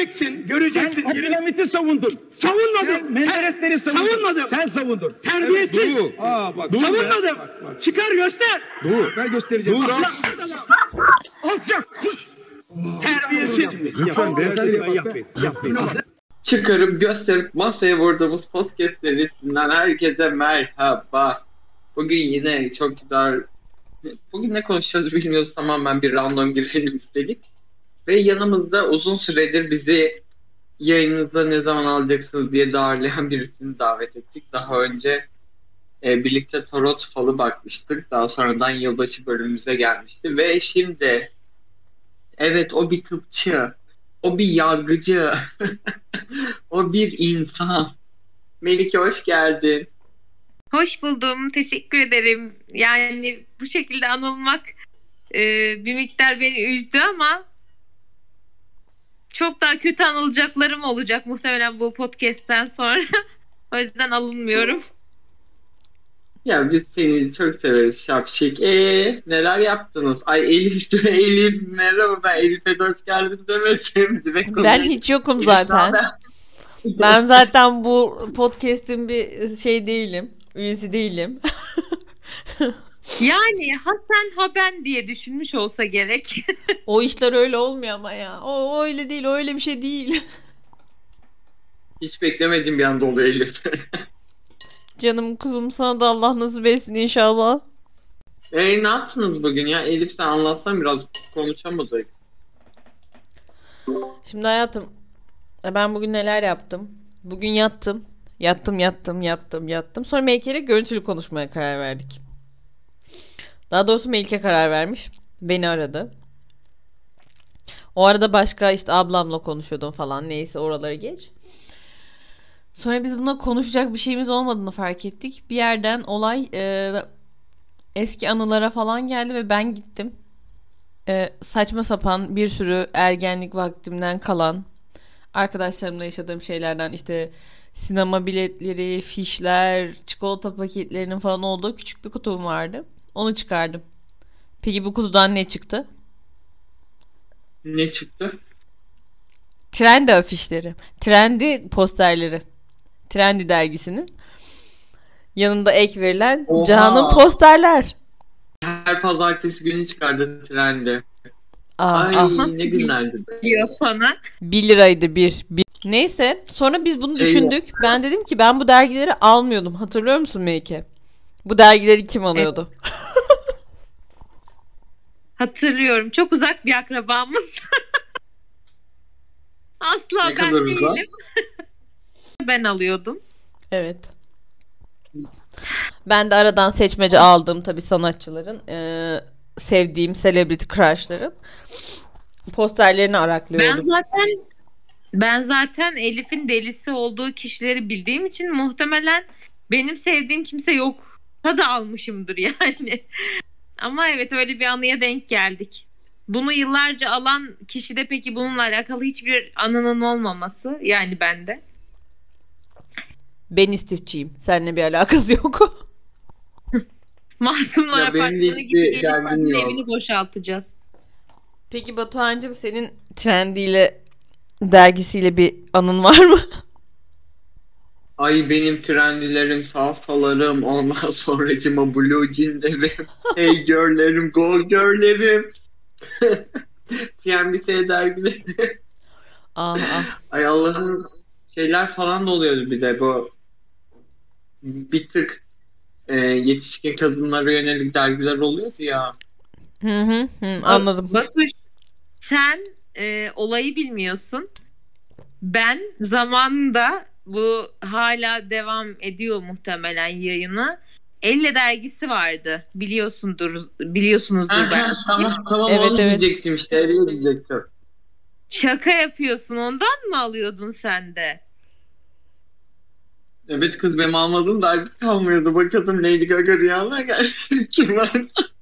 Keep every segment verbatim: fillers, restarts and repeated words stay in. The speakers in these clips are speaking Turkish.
göreceksin, göreceksin. Sen Abdülhamit'i savundun. Savunmadım. Sen Menderesleri savundun. Savunmadım. Sen savundun. Terbiyesiz. Evet, Aa bak. Savunmadım. Bak, bak. Çıkar göster. Dur. Ben göstereceğim. Dur. Alçak. Kuş. Terbiyesiz. Lütfen beyefendi. Yapmayın. Yapmayın. Çıkarıp gösterip masaya vurduğumuz podcast serisinden herkese merhaba. Bugün yine çok güzel... Bugün ne konuşacağız bilmiyoruz, tamamen bir random girelim istedik. Ve yanımızda uzun süredir bizi yayınınızda ne zaman alacaksınız diye darlayan birisini davet ettik. Daha önce e, birlikte tarot falı bakmıştık. Daha sonradan yılbaşı bölümümüze gelmişti. Ve şimdi evet, o bir tıpçı, o bir yargıcı, o bir insan. Melike hoş geldin. Hoş buldum. Teşekkür ederim. Yani bu şekilde anılmak e, bir miktar beni üzdü ama çok daha kötü anılacaklarım olacak muhtemelen bu podcast'ten sonra. O yüzden alınmıyorum. Ya biz seni çok severiz şapşik. Eee neler yaptınız? Ay Elif, Elif merhaba, ben Elif'e de hoş geldin demedim. Direkt Ben konuya- hiç yokum Elif, zaten. naber? Ben zaten bu podcast'in bir şey değilim. Üyesi değilim. Yani ha sen ha ben diye düşünmüş olsa gerek. O işler öyle olmuyor ama ya. O, o öyle değil. O öyle bir şey değil. Hiç beklemediğim bir anda oluyor Elif. Canım kuzum, sana da Allah nasip etsin inşallah. Eee ne yaptınız bugün ya? Elif sen anlatsan, biraz konuşamadık. Şimdi hayatım, ben bugün neler yaptım? Bugün yattım. Yattım, yattım, yattım, yattım. Sonra Melike ile görüntülü konuşmaya karar verdik. Daha doğrusu Melike karar vermiş. Beni aradı. O arada başka işte ablamla konuşuyordum falan. Neyse, oraları geç. Sonra biz buna konuşacak bir şeyimiz olmadığını fark ettik. Bir yerden olay e, eski anılara falan geldi ve ben gittim. E, saçma sapan bir sürü ergenlik vaktimden kalan, arkadaşlarımla yaşadığım şeylerden, işte sinema biletleri, fişler, çikolata paketlerinin falan olduğu küçük bir kutum vardı. Onu çıkardım. Peki bu kutudan ne çıktı? Ne çıktı? Trendy afişleri. Trendy posterleri. Trendy dergisinin yanında ek verilen Oha. Cahan'ın posterler. Her pazartesi günü çıkardı trendi. Aa, Ay ah. ne günlerdi be. Diyor bana. bir liraydı bir, bir. Neyse, sonra biz bunu düşündük. Ben dedim ki ben bu dergileri almıyordum. Hatırlıyor musun Melike? Bu dergileri kim alıyordu? Hatırlıyorum. Çok uzak bir akrabamız. Asla Ne ben kadar uzak? değilim. Ben alıyordum. Evet. Ben de aradan seçmece aldım tabii sanatçıların, eee, sevdiğim celebrity crush'ların posterlerini Ben araklıyordum. zaten ben zaten Elif'in delisi olduğu kişileri bildiğim için muhtemelen benim sevdiğim kimse yok. Da almışımdır yani. Ama evet, öyle bir anıya denk geldik. Bunu yıllarca alan kişide peki bununla alakalı hiçbir anının olmaması, yani bende. Ben istifçiyim. Seninle bir alakası yok. Masumlar Ya benim de apartmanı hiçbir gibi gelip derdim annenin yok. evini boşaltacağız. Peki Batuhan'cığım, senin Trendy ile dergisiyle bir anın var mı? Ay benim trendilerim, salsalarım, ondan sonracıma blue jeanlerim, hey girl'lerim, go girl'lerim, T M B dergileri. Ah ah. Ay Allah'ım, şeyler falan da oluyordu bir de, bu bir tık e, yetişkin kadınlara yönelik dergiler oluyordu ya. Hı hı hı, anladım. Batuş, sen e, olayı bilmiyorsun. Ben zamanında, bu hala devam ediyor muhtemelen yayını, Elle dergisi vardı. Biliyorsundur, biliyorsunuzdur Aha, ben. tamam tamam, Evet, onu evet. diyecektim işte, öyle diyecektim. Şaka yapıyorsun, ondan mı alıyordun sen de? Evet kız, benim almadığım dergi kalmıyordu. Bakalım Lady Gaga rüyana gelsin kim var?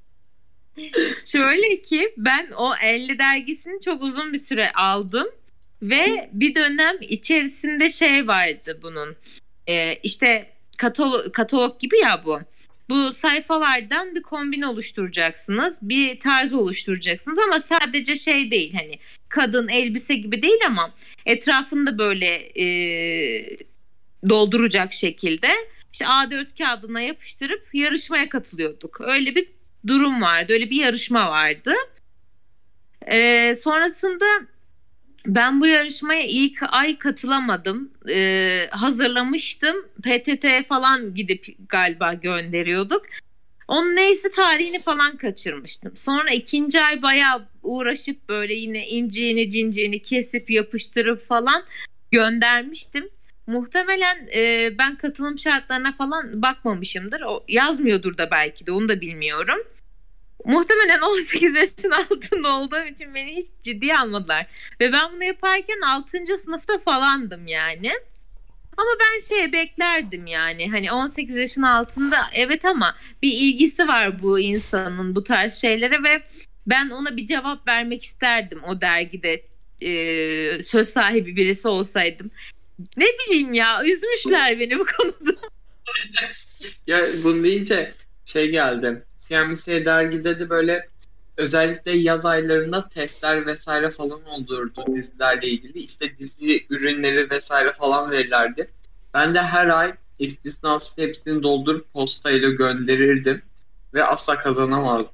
Şöyle ki, ben o Elle dergisini çok uzun bir süre aldım ve bir dönem içerisinde şey vardı bunun. Ee, işte katalog, katalog gibi ya bu. Bu sayfalardan bir kombin oluşturacaksınız, bir tarz oluşturacaksınız ama sadece şey değil, hani kadın elbise gibi değil ama Etrafında böyle e, dolduracak şekilde işte A dört kağıdına yapıştırıp yarışmaya katılıyorduk. Öyle bir durum vardı. Öyle bir yarışma vardı. E, sonrasında ben bu yarışmaya ilk ay katılamadım. Ee, hazırlamıştım. P T T'ye falan gidip galiba gönderiyorduk. Onun neyse tarihini falan kaçırmıştım. Sonra ikinci ay bayağı uğraşıp böyle yine inciğini cinciğini kesip yapıştırıp falan göndermiştim. Muhtemelen e, ben katılım şartlarına falan bakmamışımdır. O yazmıyordur da belki de, onu da bilmiyorum. Muhtemelen on sekiz yaşın altında olduğum için beni hiç ciddiye almadılar. Ve ben bunu yaparken altıncı sınıfta falandım yani. Ama ben şey beklerdim yani. Hani on sekiz yaşın altında evet, ama bir ilgisi var bu insanın bu tarz şeylere ve ben ona bir cevap vermek isterdim o dergide. Ee, söz sahibi birisi olsaydım. Ne bileyim ya, üzmüşler beni bu konuda. Ya bunu deyince şey geldi. C N B C dergide de böyle özellikle yaz aylarında testler vesaire falan olurdu dizilerle ilgili. İşte dizi ürünleri vesaire falan verirlerdi. Ben de her ay istisnasız hepsini doldurup postayla gönderirdim. Ve asla kazanamazdım.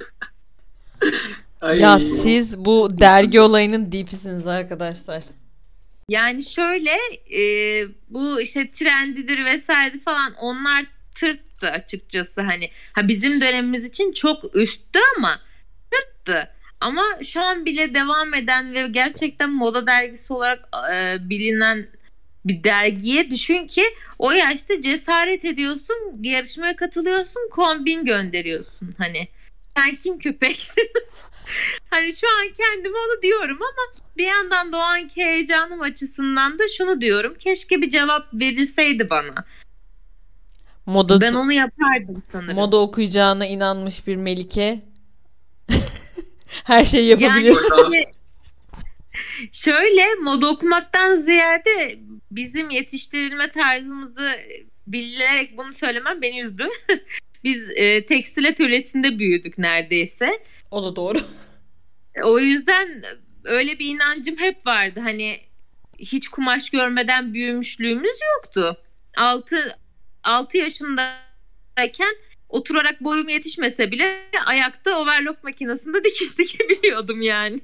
Ay. Ya siz bu dergi olayının dipisiniz arkadaşlar. Yani şöyle e, bu işte trendidir vesaire falan, onlar tırttı açıkçası, hani ha bizim dönemimiz için çok üsttü ama tırttı. Ama şu an bile devam eden ve gerçekten moda dergisi olarak e, bilinen bir dergiye düşün ki o yaşta cesaret ediyorsun, yarışmaya katılıyorsun, kombin gönderiyorsun, hani sen kim köpeksin? Hani şu an kendime onu diyorum ama bir yandan da o anki heyecanım açısından da şunu diyorum: keşke bir cevap verilseydi bana. Moda Ben onu yapardım sanırım. moda okuyacağına inanmış bir Melike her şeyi yapabilir. Yani şöyle, moda okumaktan ziyade bizim yetiştirilme tarzımızı bilerek bunu söylemem beni üzdü. Biz e, tekstil atölyesinde büyüdük neredeyse. O da doğru. O yüzden öyle bir inancım hep vardı. Hani hiç kumaş görmeden büyümüşlüğümüz yoktu. altı altı yaşındayken oturarak boyum yetişmese bile ayakta overlock makinesinde dikiş dikebiliyordum yani.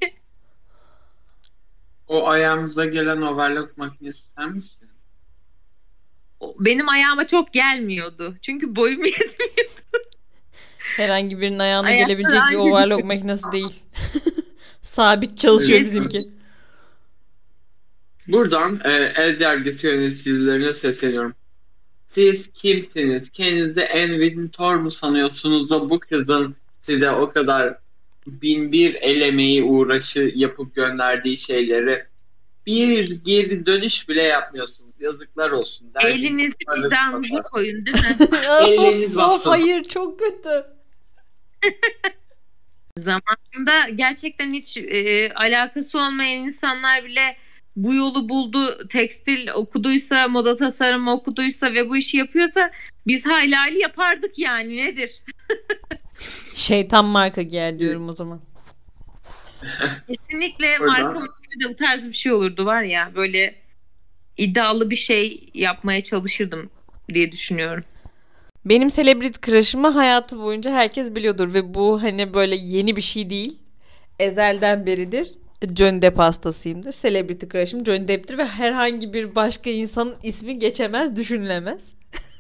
O ayağımıza gelen overlock makinesi sen misin? Benim ayağıma çok gelmiyordu. Çünkü boyum yetmiyordu. Herhangi birinin ayağına Ayakta gelebilecek bir aynı overlock makinesi değil. Sabit çalışıyor Evet. bizimki. Buradan e, el yargısı yöneticilerine sesleniyorum. Siz kimsiniz? Kendinizi Enviditor mu sanıyorsunuz da bu kızın size o kadar bin bir el emeği uğraşı yapıp gönderdiği şeyleri bir geri dönüş bile yapmıyorsunuz. Yazıklar olsun. Dergi Elinizi tutarınız vicdanınıza var. koyun, değil mi? Eliniz of, of, bassın. hayır çok kötü. Zamanında gerçekten hiç e, alakası olmayan insanlar bile bu yolu buldu, tekstil okuduysa, moda tasarımı okuduysa ve bu işi yapıyorsa biz hayli yapardık yani, nedir? Şeytan marka giyer diyorum o zaman. Kesinlikle Oradan- markamızda da bu tarz bir şey olurdu var ya, böyle iddialı bir şey yapmaya çalışırdım diye düşünüyorum. Benim celebrity crush'ımı hayatı boyunca herkes biliyordur ve bu hani böyle yeni bir şey değil. Ezelden beridir. Johnny Depp hastasıyımdır. Celebrity crush'ım Johnny Depp'tir ve herhangi bir başka insanın ismi geçemez, düşünülemez.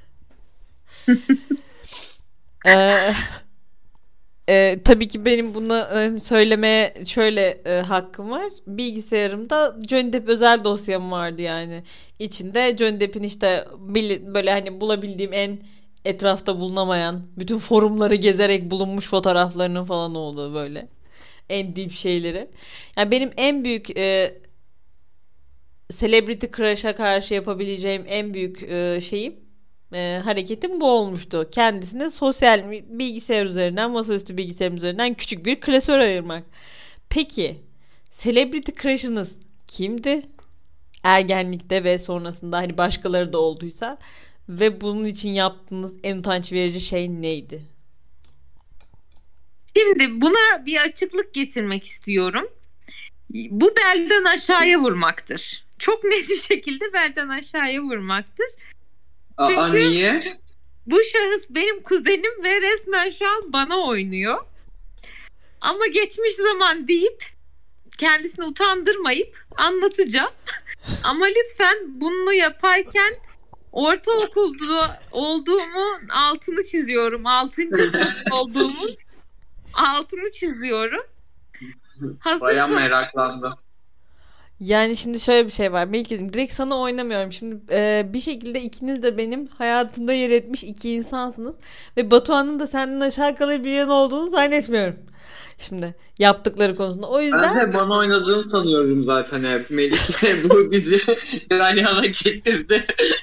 Ee, e, tabii ki benim bunu e, söylemeye şöyle e, hakkım var. Bilgisayarımda Johnny Depp özel dosyam vardı yani. İçinde Johnny Depp'in işte bil- böyle hani bulabildiğim en etrafta bulunamayan, bütün forumları gezerek bulunmuş fotoğraflarının falan olduğu böyle en deep şeyleri. Yani benim en büyük e, celebrity crush'a karşı yapabileceğim en büyük e, şeyim, e, hareketim bu olmuştu. Kendisine sosyal bilgisayar üzerinden, masaüstü bilgisayarım üzerinden küçük bir klasör ayırmak. Peki celebrity crush'ınız kimdi? Ergenlikte ve sonrasında hani başkaları da olduysa ve bunun için yaptığınız en utanç verici şey neydi? Şimdi buna bir açıklık getirmek istiyorum. Bu belden aşağıya vurmaktır. Çok net bir şekilde belden aşağıya vurmaktır. Aa, Çünkü- niye? Bu şahıs benim kuzenim ve resmen şu an bana oynuyor. Ama geçmiş zaman deyip kendisini utandırmayıp anlatacağım. Ama lütfen bunu yaparken ortaokulda olduğumu altını çiziyorum. Altıncı sınıfta olduğumun altını çiziyorum. Baya Hazırsan meraklandım. Yani şimdi şöyle bir şey var. Melike'cim direkt sana oynamıyorum. Şimdi e, bir şekilde ikiniz de benim hayatımda yer etmiş iki insansınız. Ve Batuhan'ın da senden aşağı kalır bir yan olduğunu zannetmiyorum. Şimdi yaptıkları konusunda. O yüzden Ben de bana oynadığını sanıyorum zaten hep. Melike bu bizi yan yana getirdi.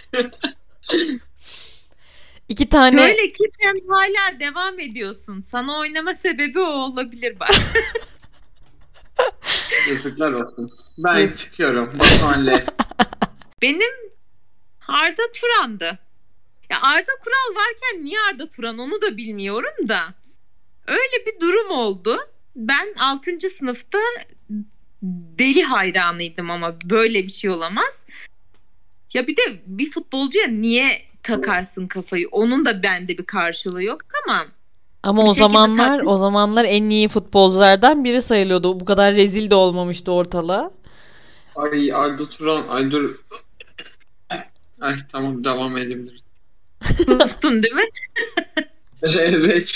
iki tane şöyle ki sen hala devam ediyorsun. Sana oynama sebebi o olabilir bak. Yazıklar olsun. Ben Yes. çıkıyorum. Batuhan'le. Benim Arda Turan'dı. Ya Arda Kural varken niye Arda Turan onu da bilmiyorum da. Öyle bir durum oldu. Ben altıncı sınıfta deli hayranıydım ama böyle bir şey olamaz. Ya bir de bir futbolcuya niye takarsın kafayı? Onun da bende bir karşılığı yok ama ama bir o şekilde zamanlar taklit- o zamanlar en iyi futbolculardan biri sayılıyordu. Bu kadar rezil de olmamıştı ortalığa. Ay Arda Turan. Ay dur. Ay tamam devam edebiliriz. sustun değil mi? Evet.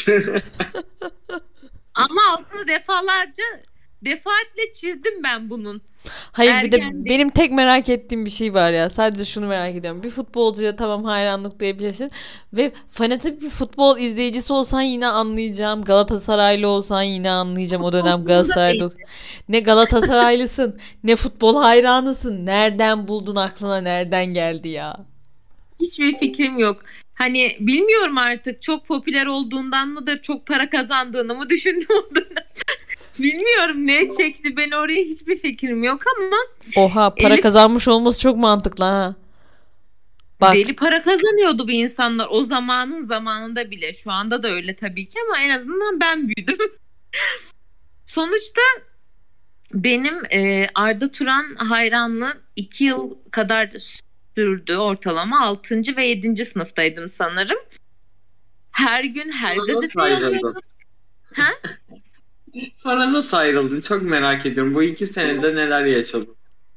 Ama altını defalarca defaatle çizdim ben bunun. Hayır bir de Ergen değil. benim tek merak ettiğim bir şey var ya. Sadece şunu merak ediyorum. Bir futbolcuya tamam hayranlık duyabilirsin. Ve fanatik bir futbol izleyicisi olsan yine anlayacağım. Galatasaraylı olsan yine anlayacağım. O dönem Futbolda Galatasaray'da. Ne Galatasaraylısın ne futbol hayranısın. Nereden buldun aklına nereden geldi ya? Hiçbir fikrim yok. Hani bilmiyorum artık çok popüler olduğundan mıdır, çok para kazandığını mı düşündüm o dönem. Bilmiyorum ne çekti beni oraya hiçbir fikrim yok ama Oha para Elif- kazanmış olması çok mantıklı ha. Bak deli para kazanıyordu bu insanlar o zamanın zamanında bile. Şu anda da öyle tabii ki ama en azından ben büyüdüm. Sonuçta benim e, Arda Turan hayranlığım iki yıl kadar sürdü ortalama. altıncı ve yedinci sınıftaydım sanırım. Her gün her Sonra nasıl gazeteyi ayrıldın? alıyordum. Ha? Sonra nasıl ayrıldın? Çok merak ediyorum. Bu iki senede neler yaşadın?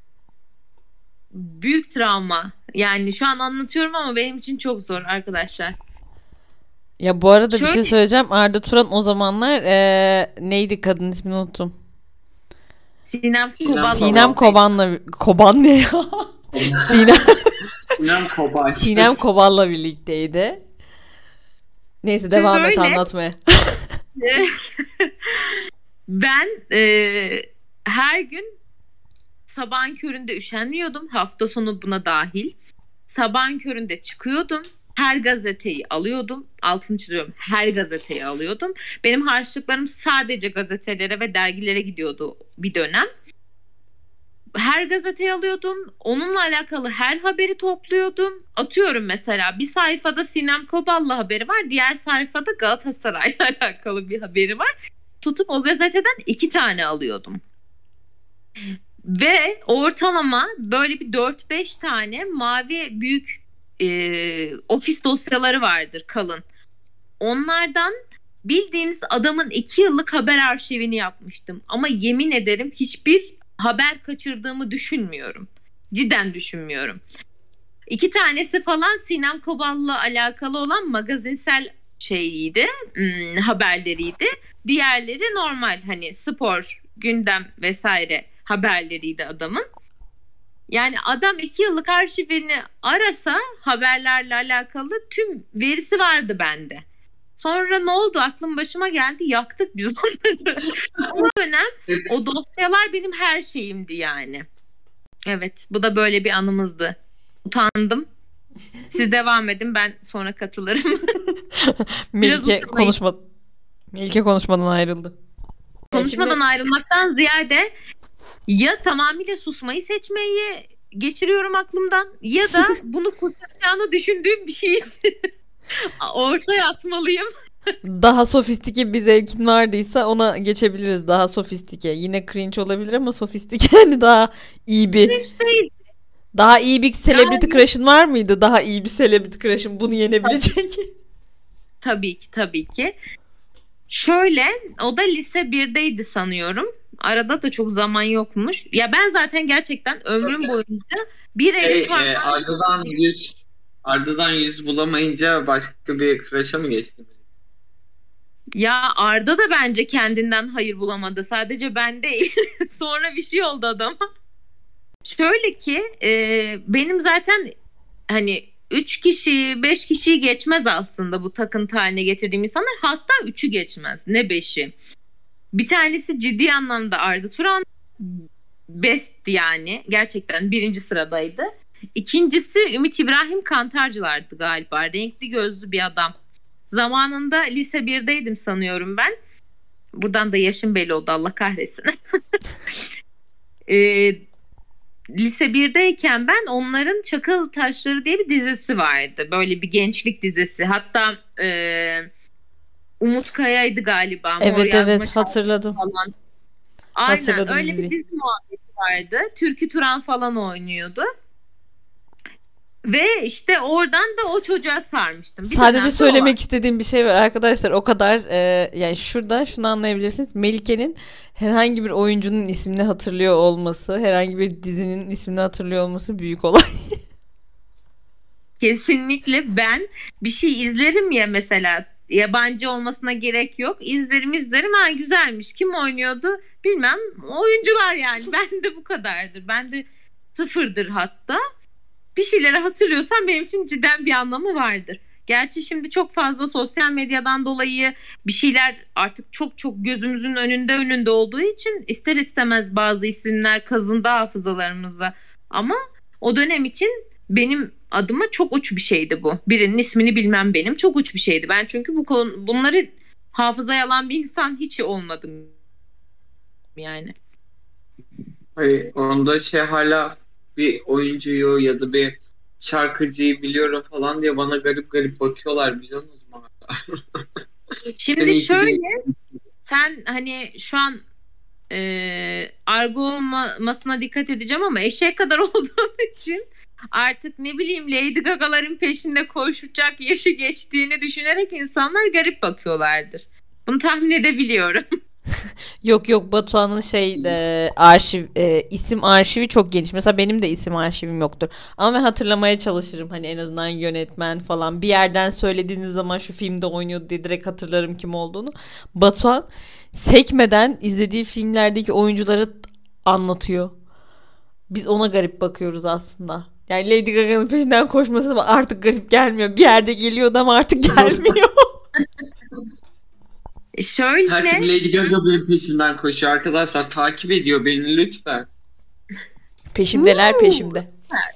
Büyük travma. Yani şu an anlatıyorum ama benim için çok zor arkadaşlar. ya bu arada bir Şöyle- şey söyleyeceğim. Arda Turan o zamanlar eee, neydi kadın ismini unuttum. Sinem Sinem Kobal. Sinem Koban'la Koban ne ya? Sinem Sinan Kobay. Sinem Kobal'la birlikteydi. Neyse devam et böyle- anlatmaya. Ben e, her gün sabahın köründe üşenmiyordum. Hafta sonu buna dahil. Sabahın köründe çıkıyordum. Her gazeteyi alıyordum. Altını çiziyorum. Her gazeteyi alıyordum. Benim harçlıklarım sadece gazetelere ve dergilere gidiyordu bir dönem. Her gazeteyi alıyordum. Onunla alakalı her haberi topluyordum. Atıyorum mesela bir sayfada Sinem Kobal'la haberi var. Diğer sayfada Galatasaray'la alakalı bir haberi var. Tutup o gazeteden iki tane alıyordum. Ve ortalama böyle bir dört beş tane mavi büyük e, ofis dosyaları vardır kalın. Onlardan bildiğiniz adamın iki yıllık haber arşivini yapmıştım. Ama yemin ederim hiçbir haber kaçırdığımı düşünmüyorum. Cidden düşünmüyorum. İki tanesi falan Sinem Kobal'la alakalı olan magazinsel şeyiydi, hmm, haberleriydi. Diğerleri normal hani spor, gündem vesaire haberleriydi adamın. Yani adam iki yıllık arşivini arasa haberlerle alakalı tüm verisi vardı bende. Sonra ne oldu? Aklım başıma geldi. Yaktık biz onları. O dönem o dosyalar benim her şeyimdi yani. Evet, bu da böyle bir anımızdı. Utandım. Siz devam edin, ben sonra katılırım. Melike uzatmayın. konuşma Melike konuşmadan ayrıldı. Konuşmadan Şimdi- ayrılmaktan ziyade ya tamamıyla susmayı seçmeyi geçiriyorum aklımdan ya da bunu kurtaracağını düşündüğüm bir şeyi ortaya atmalıyım. Daha sofistike bir zevkin vardıysa ona geçebiliriz. Daha sofistike. Yine cringe olabilir ama sofistike yani daha iyi bir Hiç değil. daha iyi bir celebrity Yani- crush'ın var mıydı? Daha iyi bir celebrity crush'ın bunu yenebilecek. Tabii ki tabii ki. Şöyle, o da lise birdeydi sanıyorum. Arada da çok zaman yokmuş. Ya ben zaten gerçekten ömrüm boyunca bir Şey, Elif e, Arslan Arda'dan yüz Arda'dan yüz bulamayınca başka bir crush'a mı geçtin? ya Arda da bence kendinden hayır bulamadı. Sadece ben değil. Sonra bir şey oldu adama. Şöyle ki e, benim zaten hani üç kişi, beş kişiyi geçmez aslında bu takıntı haline getirdiğim insanlar. Hatta üçü geçmez. Ne beşi. Bir tanesi ciddi anlamda Arda Turan. Best yani. Gerçekten birinci sıradaydı. İkincisi Ümit İbrahim Kantarcılardı galiba. Renkli gözlü bir adam. Zamanında lise birdeydim sanıyorum ben. Buradan da yaşım belli oldu, Allah kahretsin. Ee, lise birdeyken ben onların Çakıl Taşları diye bir dizisi vardı. Böyle bir gençlik dizisi. Hatta e, Umut Kaya'ydı galiba. Mor Evet yazma evet hatırladım. falan. Aynen Hatırladım öyle diziyi. bir dizi muhabbeti vardı. Türkü Turan falan oynuyordu. Ve işte oradan da o çocuğa sarmıştım. Bir Sadece dönemde o söylemek var. istediğim bir şey var arkadaşlar. O kadar e, yani şurada şunu anlayabilirsiniz. Melike'nin herhangi bir oyuncunun ismini hatırlıyor olması, herhangi bir dizinin ismini hatırlıyor olması büyük olay. Kesinlikle ben bir şey izlerim ya, mesela yabancı olmasına gerek yok. İzlerim izlerim, ha güzelmiş. Kim oynuyordu bilmem. Oyuncular yani. Ben de bu kadardır. Ben de sıfırdır hatta. Bir şeyleri hatırlıyorsam benim için cidden bir anlamı vardır. Gerçi şimdi çok fazla sosyal medyadan dolayı bir şeyler artık çok çok gözümüzün önünde önünde olduğu için ister istemez bazı isimler kazındı hafızalarımıza. Ama o dönem için benim adıma çok uç bir şeydi bu. Birinin ismini bilmem benim çok uç bir şeydi. Ben çünkü bu konu, bunları hafızaya alan bir insan hiç olmadım yani. Hayır, onda şey hala bir oyuncuyu ya da bir şarkıcıyı biliyorum falan diye bana garip garip bakıyorlar, biliyor musunuz mu? Şimdi Seni şöyle, iyi sen hani şu an e, argo olmasına dikkat edeceğim ama eşek kadar olduğun için artık ne bileyim Lady Gaga'ların peşinde koşacak yaşı geçtiğini düşünerek insanlar garip bakıyorlardır. Bunu tahmin edebiliyorum. Yok yok Batuhan'ın şey e, arşiv e, isim arşivi çok geniş. Mesela benim de isim arşivim yoktur. Ama ben hatırlamaya çalışırım. Hani en azından yönetmen falan. Bir yerden söylediğiniz zaman şu filmde oynuyordu diye direkt hatırlarım kim olduğunu. Batuhan sekmeden izlediği filmlerdeki oyuncuları anlatıyor. Biz ona garip bakıyoruz aslında. Yani Lady Gaga'nın peşinden koşması artık garip gelmiyor. Bir yerde geliyordu ama artık gelmiyor. Şöyle Herkes Lady Gaga benim peşimden koşuyor. Arkadaşlar takip ediyor beni lütfen. Peşimdeler peşimde.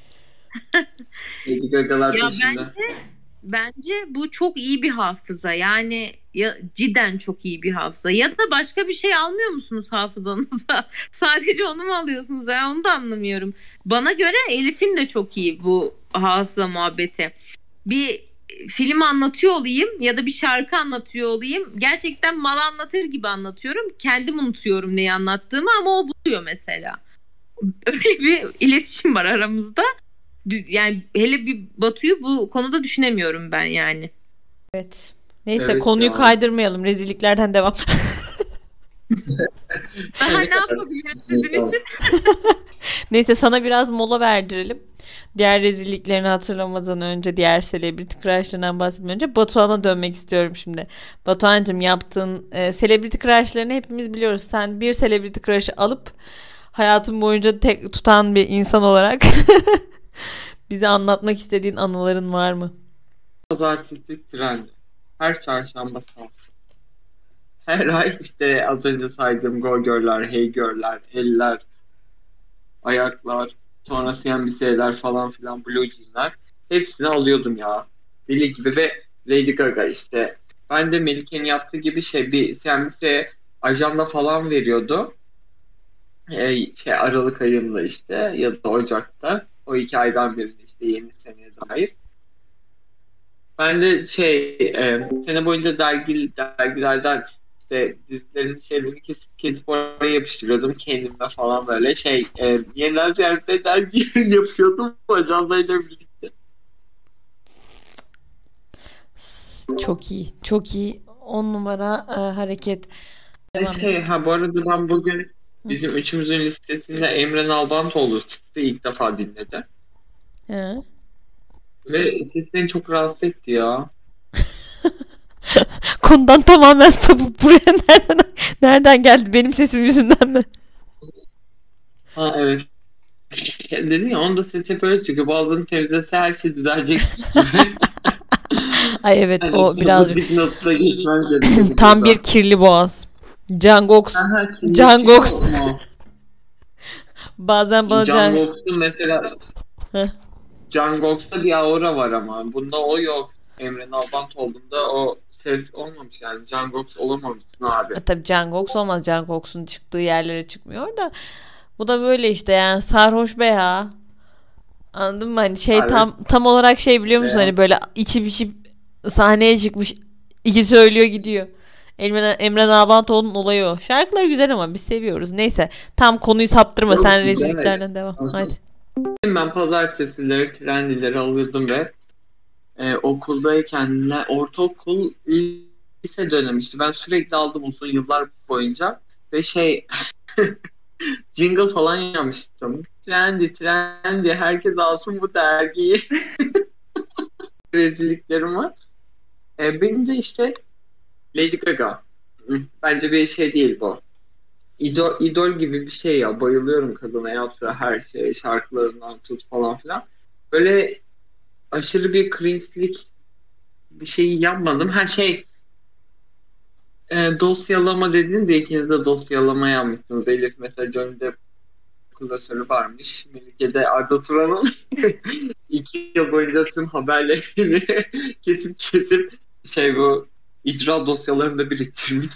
Lady Gaga'lar ya peşimde. bence bence bu çok iyi bir hafıza. Yani ya, cidden çok iyi bir hafıza. Ya da başka bir şey almıyor musunuz hafızanıza? Sadece onu mu alıyorsunuz? Ya onu da anlamıyorum. Bana göre Elif'in de çok iyi bu hafıza muhabbeti. Bir film anlatıyor olayım ya da bir şarkı anlatıyor olayım. Gerçekten mal anlatır gibi anlatıyorum. Kendim unutuyorum neyi anlattığımı ama o buluyor mesela. Öyle bir iletişim var aramızda. Yani hele bir Batu'yu bu konuda düşünemiyorum ben yani. Evet. Neyse Evet konuyu ya. kaydırmayalım. Rezilliklerden devam. Daha ne yapabilirim sizin için? Neyse sana biraz mola verdirelim. Diğer rezilliklerini hatırlamadan önce, diğer celebrity crush'larından bahsetmeden önce Batuhan'a dönmek istiyorum şimdi. Batuhan'cığım yaptığın e, celebrity crush'larını hepimiz biliyoruz. Sen bir celebrity crush'ı alıp hayatın boyunca tek tutan bir insan olarak bize anlatmak istediğin anıların var mı? Pazartesi trendi. Her çarşamba saat. Her ay işte az önce saydığım Go Girl'ler, Hey Girl'ler, eller, ayaklar, sonra C N B C'ler falan filan, Blue Jeans'ler. Hepsini alıyordum ya. Deli gibi ve Lady Gaga işte. Ben de Melike'nin yaptığı gibi şey bir C N B C ajanda falan veriyordu. Ee, şey Aralık ayında işte ya da Ocak'ta. O iki aydan birinde işte yeni seneye dair. Ben de şey e, sene boyunca dergi, dergilerden işte dizilerin şeylerini kesip kesip oraya yapıştırıyordum kendime falan böyle şey e, Yeniler Ziyarette dergi yapıyordum ajansayla birlikte. Çok iyi. Çok iyi. On numara e, hareket. Devam Şey edelim. ha bu arada ben bugün bizim üçümüzün listesinde Emre Nalbantoğlu çıktı ilk defa dinledim. He. Ve ses beni çok rahatsız etti ya. Konudan tamamen sapıp buraya nereden nereden geldi? Benim sesim yüzünden mi? Ha evet. Dedin ya onun da sesi hep öyle çıkıyor. Boğazını temizlese her şey düzelecek. Ay evet Hani o birazcık bir notta geçmem gerekiyor. tam bir kirli boğaz. Can Aha, şimdi Can şey Gox. yok mu? Bazen bana Can can... Gox'un mesela Heh. Can Gox'ta bir aura var ama bunda o yok. Emre Nalbantoğlu'nda o ses olmamış yani. Can Gox olamamışsın abi. E, tabii Can Gox olmaz. Can Gox'un çıktığı yerlere çıkmıyor da bu da böyle işte yani sarhoş be ya. Anladın mı? Hani şey Evet. tam tam olarak şey biliyor musun? Veya- Hani böyle içip içip sahneye çıkmış iki söylüyor gidiyor. Emre, Emre Nalbantoğlu'nun olayı o. Şarkıları güzel ama biz seviyoruz. Neyse tam konuyu saptırma. Yok, Sen güzel. rezilliklerden devam. Hı hı. Hadi. Ben pazartesileri trendileri alıyordum ve e, okuldayken ne- ortaokul lise dönemi işte ben sürekli aldım uzun yıllar boyunca ve şey jingle falan yapmıştım. Trendi trendi herkes alsın bu dergiyi. Rezilliklerim var. E, benim de işte Lady Gaga. Hı, bence bir şey değil bu. İdol, idol gibi bir şey ya. Bayılıyorum kadına yaptığı her şeye. Şarkılarından tut falan filan. Böyle aşırı bir cringe'lik bir şey yapmadım. Her şey e, dosyalama dediniz de ikiniz de dosyalama yapmışsınız. Elif mesela Johnny Depp klasörü varmış. Melike'de Arda Turan'ın iki yıl boyunca tüm haberlerini kesip kesip şey bu icra dosyalarını da biriktirmiş.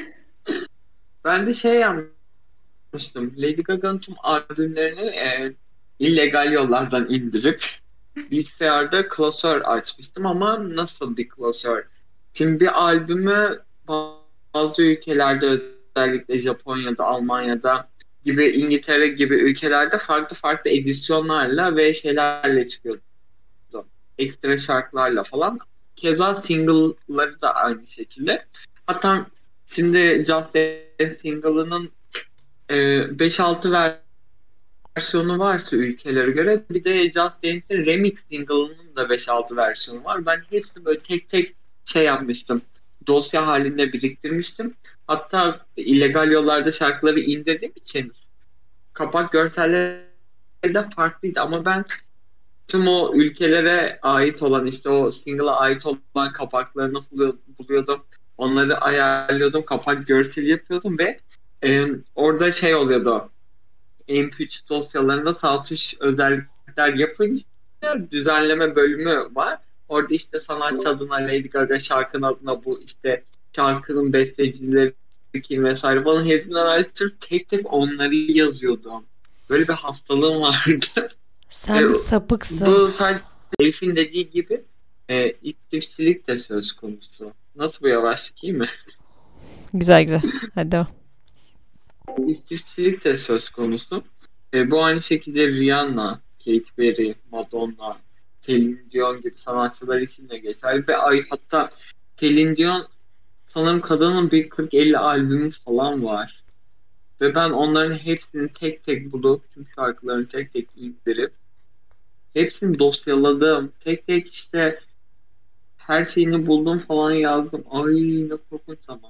Ben de şey yapmıştım. Lady Gaga'nın tüm albümlerini e, illegal yollardan indirip bilgisayarda klasör açmıştım ama nasıl bir klasör? Şimdi bir albümü bazı ülkelerde özellikle Japonya'da, Almanya'da gibi İngiltere gibi ülkelerde farklı farklı edisyonlarla ve şeylerle çıkıyordu. Ekstra şarkılarla falan. Keza single'ları da aynı şekilde. Hatta şimdi Just Dance single'ının e, beş altı versiyonu varsa ülkelere göre bir de Just Dance'in remix single'ının da beş altı versiyonu var. Ben hepsini böyle tek tek şey yapmıştım. Dosya halinde biriktirmiştim. Hatta illegal yollarda şarkıları indirdiğim için kapak görselleri de farklıydı ama ben tüm o ülkelere ait olan işte o single'a ait olan kapaklarını buluyordum. Onları ayarlıyordum. Kapak görseli yapıyordum ve e, orada şey oluyordu. M P üç dosyalarında sağ tuş özellikler yapınca düzenleme bölümü var. Orada işte sanatçı adına Lady Gaga, şarkının adına bu işte şarkının bestecileri kim vesaire falan hepsinden araştırıp tek tek onları yazıyordum. Böyle bir hastalığım vardı. Sen E, bir sapıksın. Bu sadece Elif'in dediği gibi e, istifçilik de söz konusu. Nasıl bu yavaşlık iyi mi? Güzel güzel. Hadi devam. İstifçilik de söz konusu. E, bu aynı şekilde Rihanna, Katy Perry, Madonna, Celine Dion gibi sanatçılar için de geçerli. Ve ay, hatta Celine Dion sanırım kadının bir kırk elli albümü falan var. Ve ben onların hepsini tek tek bulup, tüm şarkılarını tek tek indirip hepsini dosyaladım. Tek tek işte her şeyini buldum falan yazdım. Ay ne korkunç zaman.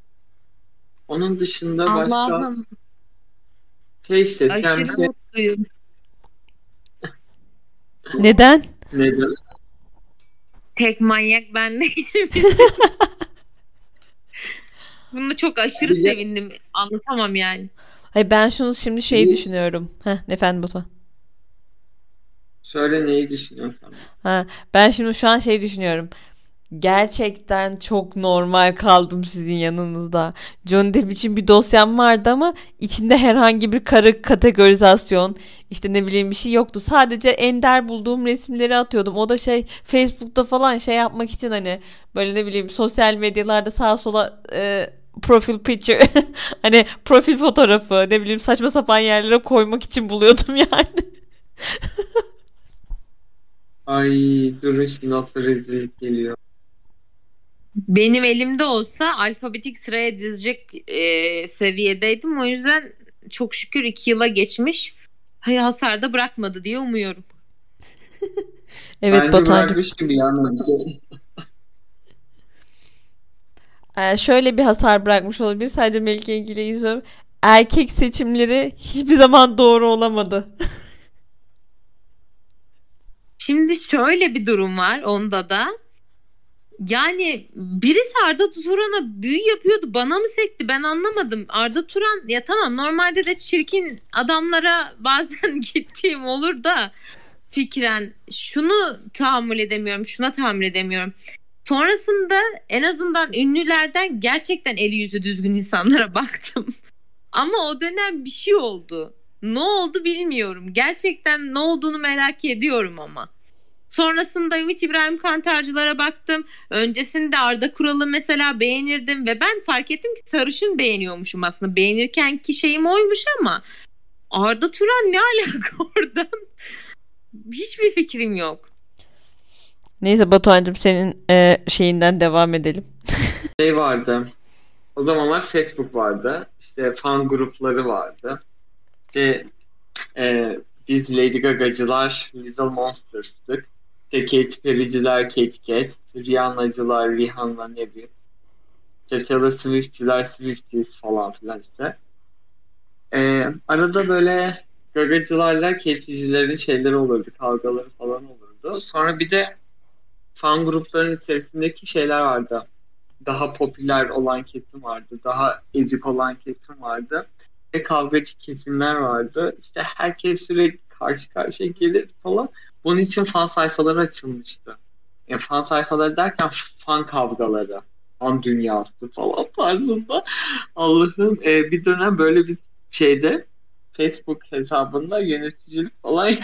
Onun dışında başka Allah'ım şey işte aşırı Semte mutluyum. Neden? nedir? Tek manyak ben değilim. Bunda çok aşırı Bir de- sevindim. Anlatamam yani. Hayır ben şunu şimdi şey Bir- düşünüyorum. Heh, efendim Batuhan. Söyle neyi düşünüyorsun? Ha, ben şimdi şu an şey düşünüyorum. Gerçekten çok normal kaldım sizin yanınızda. Johnny Depp için bir dosyam vardı ama içinde herhangi bir karı kategorizasyon, işte ne bileyim bir şey yoktu. Sadece ender bulduğum resimleri atıyordum. O da şey Facebook'ta falan şey yapmak için, hani böyle ne bileyim sosyal medyalarda sağa sola e, profil picture hani profil fotoğrafı, ne bileyim saçma sapan yerlere koymak için buluyordum yani. Ay durun şimdi nasıl rezillik geliyor. Benim elimde olsa alfabetik sıraya dizecek e, seviyedeydim. O yüzden çok şükür iki yıla geçmiş. Hay hasar da bırakmadı diye umuyorum. Evet Bence Batuhan'cığım. bırakmış gibi yani. Ee, şöyle bir hasar bırakmış olabilir. Sadece Melike ilgili izliyorum. Erkek seçimleri hiçbir zaman doğru olamadı. Şimdi şöyle bir durum var onda da. Yani birisi Arda Turan'a büyü yapıyordu. Bana mı sekti? Ben anlamadım. Arda Turan ya tamam normalde de çirkin adamlara bazen gittiğim olur da fikren şunu tahammül edemiyorum. Şuna tahammül edemiyorum. Sonrasında en azından ünlülerden gerçekten eli yüzü düzgün insanlara baktım. Ama o dönem bir şey oldu. Ne oldu bilmiyorum. Gerçekten ne olduğunu merak ediyorum ama. Sonrasında Ümit İbrahim Kantarcılara baktım. Öncesinde Arda Kural'ı mesela beğenirdim ve ben fark ettim ki sarışın beğeniyormuşum aslında. Beğenirken ki şeyim oymuş ama Arda Turan ne alaka oradan? Hiçbir fikrim yok. Neyse Batuhan'cığım senin e, şeyinden devam edelim. Şey vardı. O zamanlar Facebook vardı. İşte fan grupları vardı. İşte e, biz Lady Gaga'cılar Little Monsters'tık. İşte Katy Perry'ciler Katy Cat, Rihanna'cılar Rihanna ne bileyim. İşte Taylor Swift'ciler Swifties falan filan işte. E, arada böyle Gaga'cılarla Katy'cilerin şeyleri olurdu, kavgaları falan olurdu. Sonra bir de fan gruplarının içerisindeki şeyler vardı. Daha popüler olan kesim vardı. Daha ezik olan kesim vardı. Ve kavgacı kesimler vardı. İşte herkes sürekli karşı karşıya gelir falan. Bunun için fan sayfaları açılmıştı. Yani fan sayfaları derken fan kavgaları. Fan dünyası falan tarzında. Allah'ım e, bir dönem böyle bir şeyde Facebook hesabında yöneticilik falan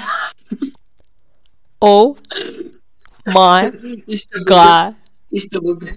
Oh my işte bugün, god. işte bugün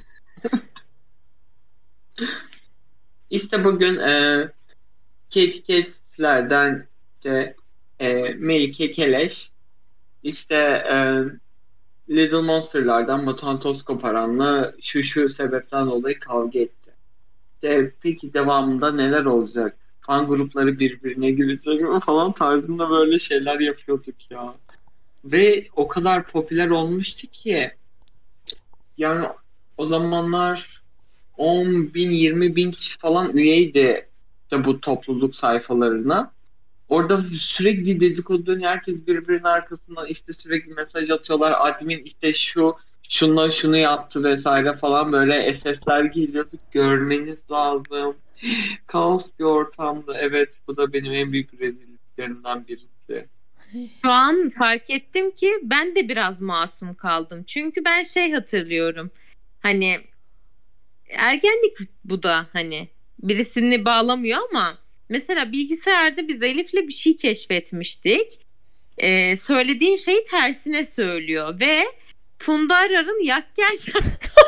işte bugün e, Katy Cat'lerden işte e, Melike Keleş işte e, Little Monster'lardan Batuhan Tozkoparan'la şu şu sebepten dolayı kavga etti. İşte, peki devamında neler olacak? Fan grupları birbirine girecek mi falan tarzında böyle şeyler yapıyorduk ya. Ve o kadar popüler olmuştu ki yani o zamanlar on bin yirmi bin kişi falan üyeydi işte bu topluluk sayfalarına. Orada sürekli dedikodu dönüyor. Herkes birbirinin arkasından işte sürekli mesaj atıyorlar. Admin işte şu şunla şunu yaptı vesaire falan böyle S S'ler geliyordu. Görmeniz lazım. Kaos bir ortamdı. Evet bu da benim en büyük rezilliklerimden birisi. Şu an fark ettim ki ben de biraz masum kaldım. Çünkü ben şey hatırlıyorum. Hani ergenlik bu da hani birisini bağlamıyor ama mesela bilgisayarda biz Elif'le bir şey keşfetmiştik. Ee, söylediğin şeyi tersine söylüyor ve Funda Arar'ın Yak Gel Yak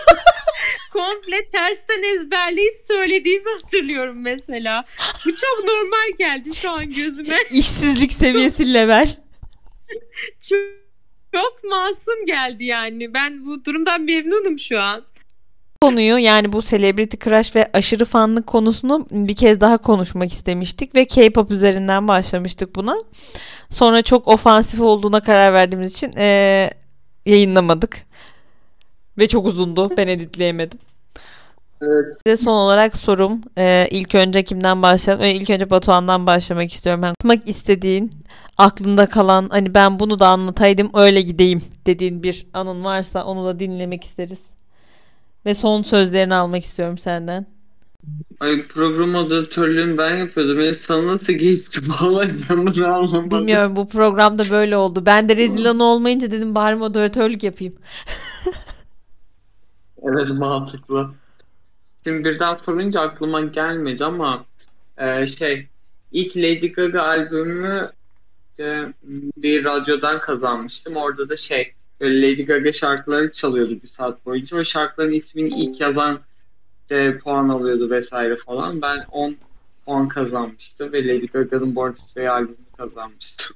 komple tersten ezberleyip söylediğimi hatırlıyorum mesela. Bu çok normal geldi şu an gözüme. İşsizlik seviyesi level. Çok, çok masum geldi yani. Ben bu durumdan memnunum şu an. Konuyu, yani bu Celebrity Crush ve aşırı fanlık konusunu bir kez daha konuşmak istemiştik ve K-pop üzerinden başlamıştık buna. Sonra çok ofansif olduğuna karar verdiğimiz için ee, yayınlamadık. Ve çok uzundu. Ben editleyemedim. Evet. Size son olarak sorum. Ee, ilk önce kimden başlayalım? Ee, ilk önce Batuhan'dan başlamak istiyorum. Ben konuşmak istediğin, aklında kalan, hani ben bunu da anlataydım öyle gideyim dediğin bir anın varsa onu da dinlemek isteriz. Ve son sözlerini almak istiyorum senden. Ay program moderatörlüğünü ben yapıyordum. Yani sana nasıl geçti? Vallahi ben bunu anlamadım. Bilmiyorum, bu programda böyle oldu. Ben de rezil anı olmayınca dedim bari moderatörlük yapayım. Evet, mantıklı. Şimdi birden sorunca aklıma gelmedi ama e, şey ilk Lady Gaga albümü e, bir radyodan kazanmıştım. Orada da şey böyle Lady Gaga şarkıları çalıyordu bir saat boyunca. O şarkıların ismini ilk yazan e, puan alıyordu vesaire falan. Ben on puan kazanmıştım ve Lady Gaga'nın Born This Way albümünü kazanmıştım.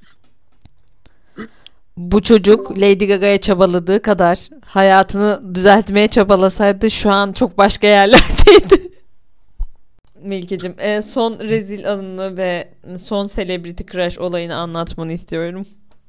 Bu çocuk Lady Gaga'ya çabaladığı kadar hayatını düzeltmeye çabalasaydı şu an çok başka yerlerdeydi. Melike'cim e, son rezil anını ve son celebrity crush olayını anlatmanı istiyorum.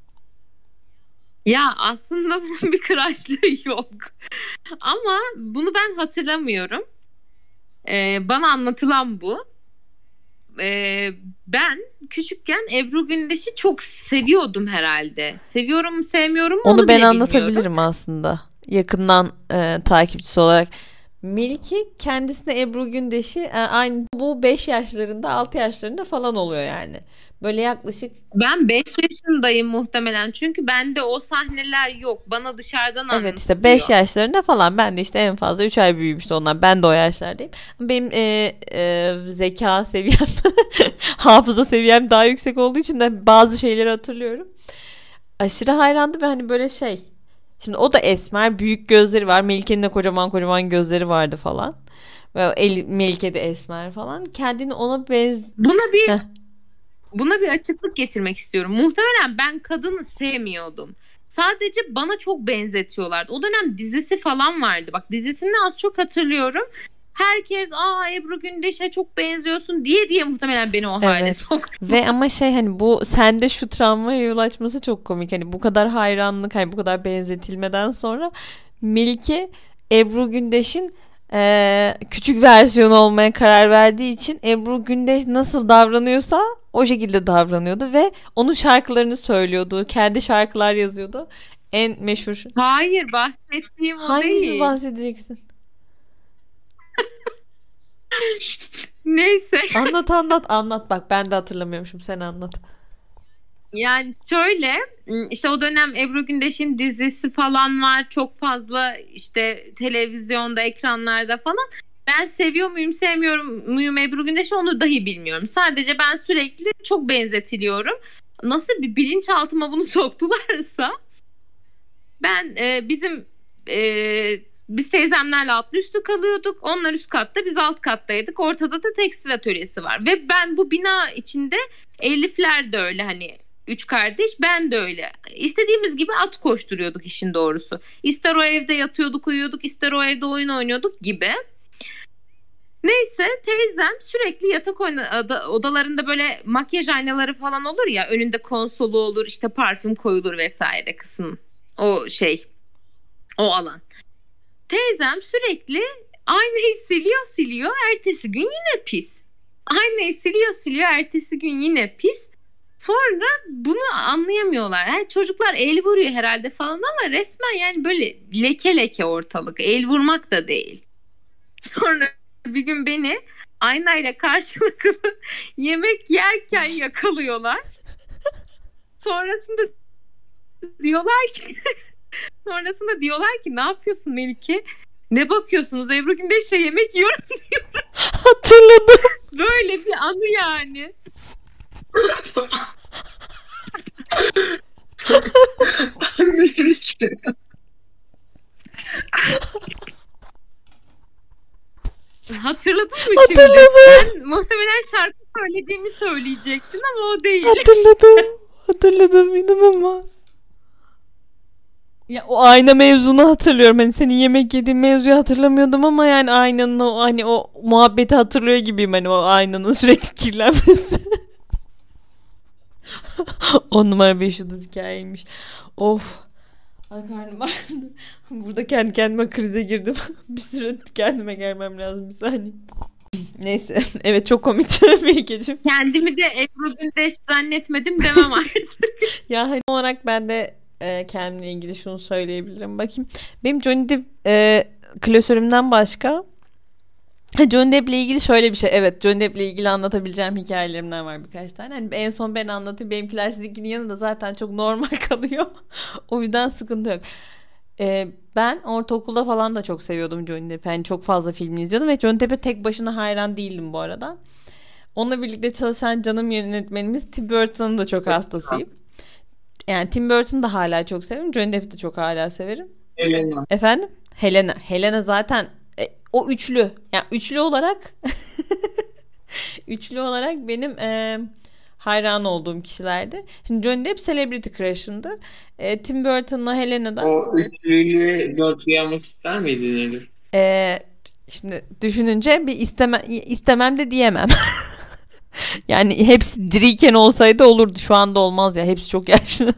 Ya aslında bunun bir crushlığı yok. Ama bunu ben hatırlamıyorum. Ee, bana anlatılan bu. Ee, ben küçükken Ebru Gündeş'i çok seviyordum herhalde. Seviyorum mu sevmiyorum mu onu, Onu ben bile anlatabilirim bilmiyorum. aslında. Yakından e, takipçisi olarak. Melike kendisine Ebru Gündeş'i e, aynı bu beş yaşlarında altı yaşlarında falan oluyor yani. Böyle yaklaşık Ben beş yaşındayım muhtemelen. Çünkü bende o sahneler yok. Bana dışarıdan evet işte beş anlatılıyor. yaşlarında falan, ben de işte en fazla üç ay büyümüştü ondan. Ben de o yaşlardayım. Benim e, e, zeka seviyem, hafıza seviyem daha yüksek olduğu için de bazı şeyleri hatırlıyorum. Aşırı hayrandı ve hani böyle şey. Şimdi o da esmer, büyük gözleri var. Melike'nin de kocaman kocaman gözleri vardı falan. Ve El, Melike de esmer falan. Kendini ona benz... Buna bir Heh. buna bir açıklık getirmek istiyorum. Muhtemelen ben kadını sevmiyordum. Sadece bana çok benzetiyorlardı. O dönem dizisi falan vardı. Bak dizisini az çok hatırlıyorum. Herkes aa Ebru Gündeş'e çok benziyorsun diye diye muhtemelen beni o hale Evet. soktu. Ve ama şey hani bu sende şu travmaya yol açması çok komik. Hani bu kadar hayranlık, hani bu kadar benzetilmeden sonra Melike Ebru Gündeş'in eee, küçük versiyonu olmaya karar verdiği için Ebru Gündeş nasıl davranıyorsa o şekilde davranıyordu ve onun şarkılarını söylüyordu. Kendi şarkılar yazıyordu. En meşhur. Hayır, bahsettiğim o Hangisini değil. bahsedeceksin? Neyse. Anlat anlat anlat. Bak ben de hatırlamıyormuşum. Sen anlat. Yani şöyle işte o dönem Ebru Gündeş'in dizisi falan var. Çok fazla işte televizyonda, ekranlarda falan. Ben seviyor muyum, sevmiyorum muyum Ebru Gündeş'i onu dahi bilmiyorum. Sadece ben sürekli çok benzetiliyorum. Nasıl bir bilinçaltıma bunu soktularsa ben e, bizim e, biz teyzemlerle altlı üstü kalıyorduk. Onlar üst katta, biz alt kattaydık. Ortada da tekstil atölyesi var. Ve ben bu bina içinde Elifler de öyle hani üç kardeş, ben de öyle. İstediğimiz gibi at koşturuyorduk işin doğrusu. İster o evde yatıyorduk, uyuyorduk, ister o evde oyun oynuyorduk gibi. Neyse teyzem sürekli yatak oyna- oda- odalarında böyle makyaj aynaları falan olur ya, önünde konsolu olur, işte parfüm koyulur vesaire kısım. O şey, o alan. Teyzem sürekli aynayı siliyor siliyor, ertesi gün yine pis. Aynayı siliyor siliyor, ertesi gün yine pis. Sonra bunu anlayamıyorlar. Yani çocuklar el vuruyor herhalde falan ama resmen yani böyle leke leke ortalık. El vurmak da değil. Sonra bir gün beni aynayla karşılıklı yemek yerken yakalıyorlar. Sonrasında diyorlar ki sonrasında diyorlar ki ne yapıyorsun Melike? Ne bakıyorsunuz? Ebru Gündeş'le yemek yiyorum. Hatırladım. Böyle bir anı yani. Hatırladın mı şimdi? Hatırladım. Sen muhtemelen şarkı söylediğimi söyleyecektin ama o değil. Hatırladım. Hatırladım. İnanılmaz. Ya o ayna mevzunu hatırlıyorum. Hani senin yemek yediğin mevzuyu hatırlamıyordum ama yani aynanın o hani o muhabbeti hatırlıyor gibiyim, hani o aynanın sürekli kirlenmesi. On numara beş yıldız hikayeymiş. Of. Ay karnım ağrıdı. Burada kendi kendime krize girdim. Bir süre kendime gelmem lazım, bir saniye. Neyse. Evet çok komikti Melike'cim. Kendimi de Ebru Gündeş zannetmedim demem artık. Ya hani olarak ben de e, kendimle ilgili şunu söyleyebilirim. Bakayım. Benim Johnny Depp e, klasörümden başka Ha, Johnny Depp'le ilgili şöyle bir şey. Evet, Johnny Depp'le ilgili anlatabileceğim hikayelerimden var birkaç tane. Hani en son ben anlatayım. Benimkiler sizinkinin yanında zaten çok normal kalıyor. O yüzden sıkıntı yok. Ee, ben ortaokulda falan da çok seviyordum Johnny Depp'i. Yani çok fazla filmini izliyordum ve Johnny Depp'e tek başına hayran değildim bu arada. Onunla birlikte çalışan canım yönetmenimiz Tim Burton'un da çok hastasıyım. Yani Tim Burton'u da hala çok severim. Johnny Depp'i de çok hala severim. Elena. Efendim? Helena. Helena zaten e, o üçlü. Yani üçlü olarak üçlü olarak benim e, hayran olduğum kişilerdi. Şimdi Johnny Depp Celebrity Crush'ımdı. E, Tim Burton'la Helena da O üçlüyü dörtlüye yapmak ister miydin Elif? e, şimdi düşününce bir isteme, istemem de diyemem. Yani hepsi diriyken olsaydı olurdu. Şu anda olmaz ya. Hepsi çok yaşlı.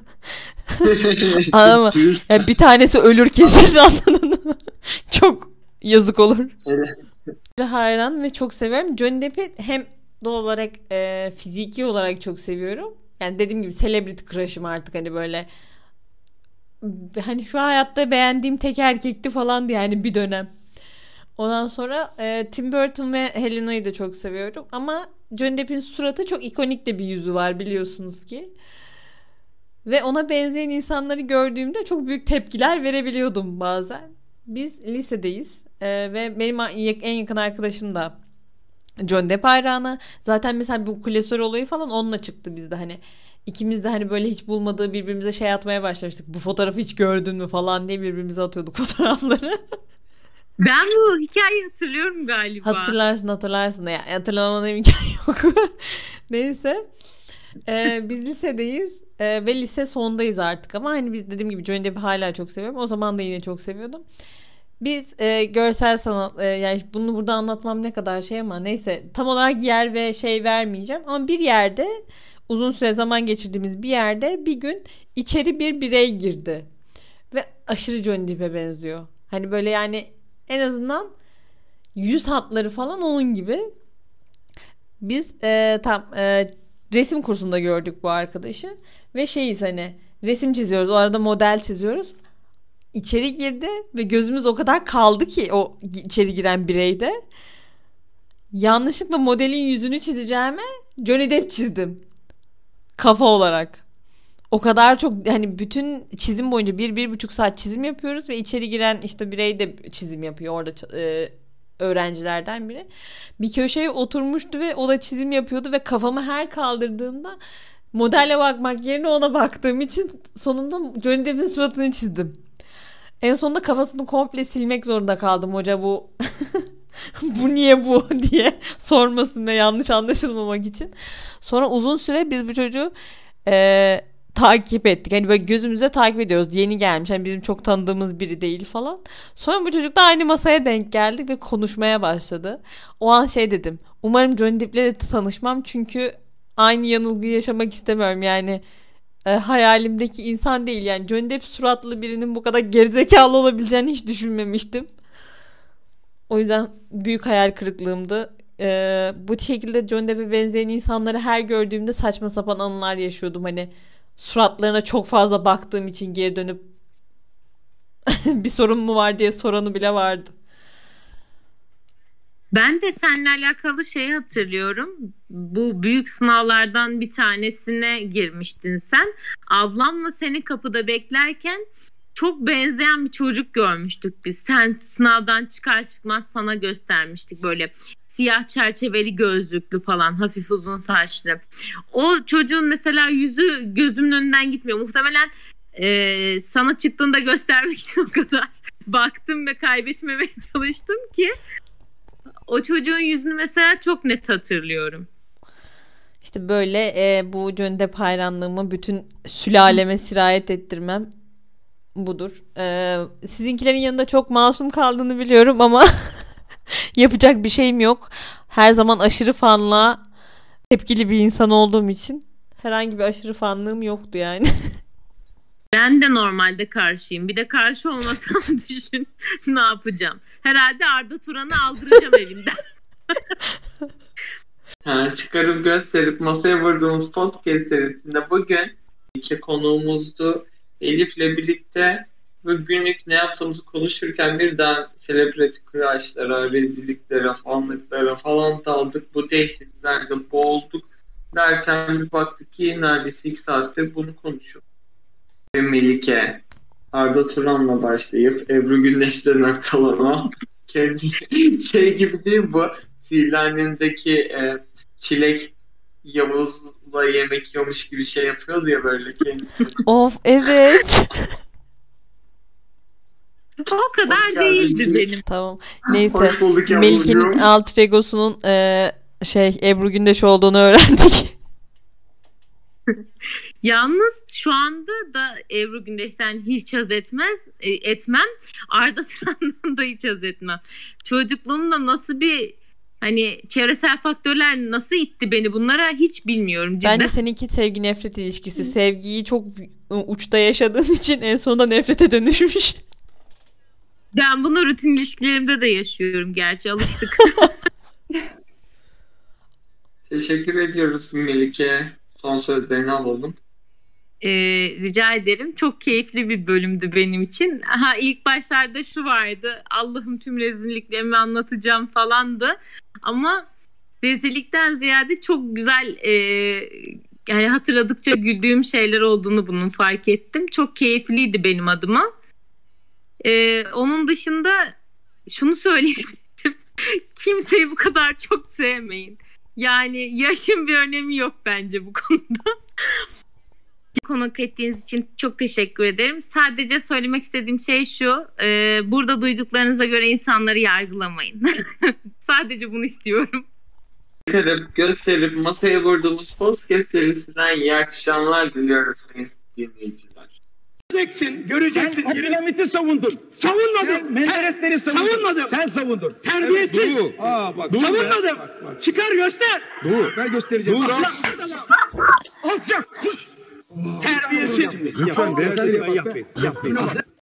Ama yani bir tanesi ölür kesin, anladın mı? Çok yazık olur. Hayran ve çok seviyorum. Johnny Depp'i hem doğal olarak e, fiziki olarak çok seviyorum. Yani dediğim gibi celebrity crush'ım artık, hani böyle hani şu hayatta beğendiğim tek erkekti falan diye yani bir dönem. Ondan sonra e, Tim Burton ve Helena'yı da çok seviyorum. Ama Johnny Depp'in suratı çok ikonik de bir yüzü var, biliyorsunuz ki. Ve ona benzeyen insanları gördüğümde çok büyük tepkiler verebiliyordum bazen. Biz lisedeyiz e, ve benim en yakın arkadaşım da Johnny Depp hayranı. Zaten mesela bu klasör olayı falan onunla çıktı bizde, hani ikimiz de hani böyle hiç bulmadığı birbirimize şey atmaya başlamıştık. Bu fotoğrafı hiç gördün mü falan diye birbirimize atıyorduk fotoğrafları. Ben bu hikayeyi hatırlıyorum galiba. Hatırlarsın hatırlarsın. Ya, hatırlamamana imkan yok. Neyse. Ee, biz lisedeyiz. Ee, ve lise sondayız artık. Ama hani biz dediğim gibi Johnny Depp'i hala çok seviyorum. O zaman da yine çok seviyordum. Biz e, görsel sanat, e, yani bunu burada anlatmam ne kadar şey ama neyse. Tam olarak yer ve şey vermeyeceğim. Ama bir yerde, uzun süre zaman geçirdiğimiz bir yerde bir gün içeri bir birey girdi. Ve aşırı Johnny Depp'e benziyor. Hani böyle yani en azından yüz hatları falan onun gibi. Biz e, tam e, resim kursunda gördük bu arkadaşı ve şeyiz, hani resim çiziyoruz, o arada model çiziyoruz. İçeri girdi ve gözümüz o kadar kaldı ki o içeri giren bireyde. Yanlışlıkla modelin yüzünü çizeceğime Johnny Depp çizdim. Kafa olarak. O kadar çok, hani bütün çizim boyunca bir, bir buçuk saat çizim yapıyoruz ve içeri giren işte birey de çizim yapıyor orada, e, öğrencilerden biri. Bir köşeye oturmuştu ve o da çizim yapıyordu ve kafamı her kaldırdığımda modelle bakmak yerine ona baktığım için sonunda Johnny Depp'in suratını çizdim. En sonunda kafasını komple silmek zorunda kaldım, hoca bu bu niye bu diye sormasın ve yanlış anlaşılmamak için. Sonra uzun süre biz bu çocuğu e, takip ettik. Hani böyle gözümüze takip ediyoruz. Yeni gelmiş. Hani bizim çok tanıdığımız biri değil falan. Sonra bu çocukla aynı masaya denk geldik ve konuşmaya başladı. O an şey dedim. Umarım Johnny Depp'le de tanışmam, çünkü aynı yanılgıyı yaşamak istemiyorum. Yani e, hayalimdeki insan değil. Yani Johnny Depp suratlı birinin bu kadar gerizekalı olabileceğini hiç düşünmemiştim. O yüzden büyük hayal kırıklığımdı. Ee, bu şekilde Johnny Depp'e benzeyen insanları her gördüğümde saçma sapan anılar yaşıyordum. Hani suratlarına çok fazla baktığım için geri dönüp bir sorun mu var diye soranı bile vardı. Ben de seninle alakalı şeyi hatırlıyorum. Bu büyük sınavlardan bir tanesine girmiştin sen. Ablamla seni kapıda beklerken çok benzeyen bir çocuk görmüştük biz. Sen sınavdan çıkar çıkmaz sana göstermiştik, böyle siyah çerçeveli gözlüklü falan, hafif uzun saçlı. O çocuğun mesela yüzü gözümün önünden gitmiyor. Muhtemelen e, sana çıktığında göstermek için o kadar baktım ve kaybetmemeye çalıştım ki o çocuğun yüzünü mesela çok net hatırlıyorum. İşte böyle e, bu Johnny Depp hayranlığımı bütün sülaleme sirayet ettirmem budur. Ee, sizinkilerin yanında çok masum kaldığını biliyorum ama yapacak bir şeyim yok. Her zaman aşırı fanlığa tepkili bir insan olduğum için herhangi bir aşırı fanlığım yoktu yani. Ben de normalde karşıyım. Bir de karşı olmasam düşün ne yapacağım. Herhalde Arda Turan'ı aldıracağım elimden. Ha, çıkarıp gösterip masaya vurduğumuz podcast serisinde bugün iki konuğumuzdu. Elif'le birlikte bugünlük ne yaptığımızı konuşurken birden celebrity crush'lara, rezilliklere, fanlıklara falan daldık. Bu tehditlerde boğulduk derken bir baktık ki neredeyse iki saattir bunu konuşuyoruz. Ve Melike, Arda Turan'la başlayıp Ebru Gündeş'ten ortalama kendi şey gibi değil bu Sihirli e, Çilek Yavuz'la yemek yiyormuş gibi şey yapıyordu ya böyle kendisi. Of evet. O kadar Hoş geldin. değildi benim. Tamam. Neyse. Hoş bulduk Melike'nin yavrucuğum. alter egosunun e, şey Ebru Gündeş olduğunu öğrendik. Yalnız şu anda da Ebru Gündeş'ten hiç haz etmez, e, etmem. Arda Turan'dan da hiç haz etmem. Çocukluğumda nasıl bir hani çevresel faktörler nasıl itti beni bunlara hiç bilmiyorum cidden. Bence seninki sevgi nefret ilişkisi. Sevgiyi çok uçta yaşadığın için en sonunda nefrete dönüşmüş. Ben bunu rutin ilişkilerimde de yaşıyorum gerçi alıştık. Teşekkür ediyoruz Melike. Son sözlerini alalım. Ee, rica ederim. Çok keyifli bir bölümdü benim için. Aha, ilk başlarda şu vardı. Allah'ım tüm rezilliklerimi anlatacağım falandı. Ama rezillikten ziyade çok güzel e, yani hatırladıkça güldüğüm şeyler olduğunu bunun fark ettim. Çok keyifliydi benim adıma. Ee, onun dışında şunu söyleyeyim. Kimseyi bu kadar çok sevmeyin. Yani yaşın bir önemi yok bence bu konuda. Konuk ettiğiniz için çok teşekkür ederim. Sadece söylemek istediğim şey şu. E, burada duyduklarınıza göre insanları yargılamayın. Sadece bunu istiyorum. Çıkarıp gösterip masaya vurduğumuz podcast serisinden iyi akşamlar diliyoruz sayın dinleyiciler. Göreceksin, Sen göreceksin. Yerini Abdülhamit'i savundun. savunmadım. Sen Menderesleri savundun. Savunmadım. Sen savundun. Terbiyesiz. Evet, Aa bak. Savunmadım. Bak, bak. Çıkar göster. Dur. Ben göstereceğim. Dur. Alçak. Kuş. Terbiyesiz. Lütfen beyefendi yapmayın. Yapmayın.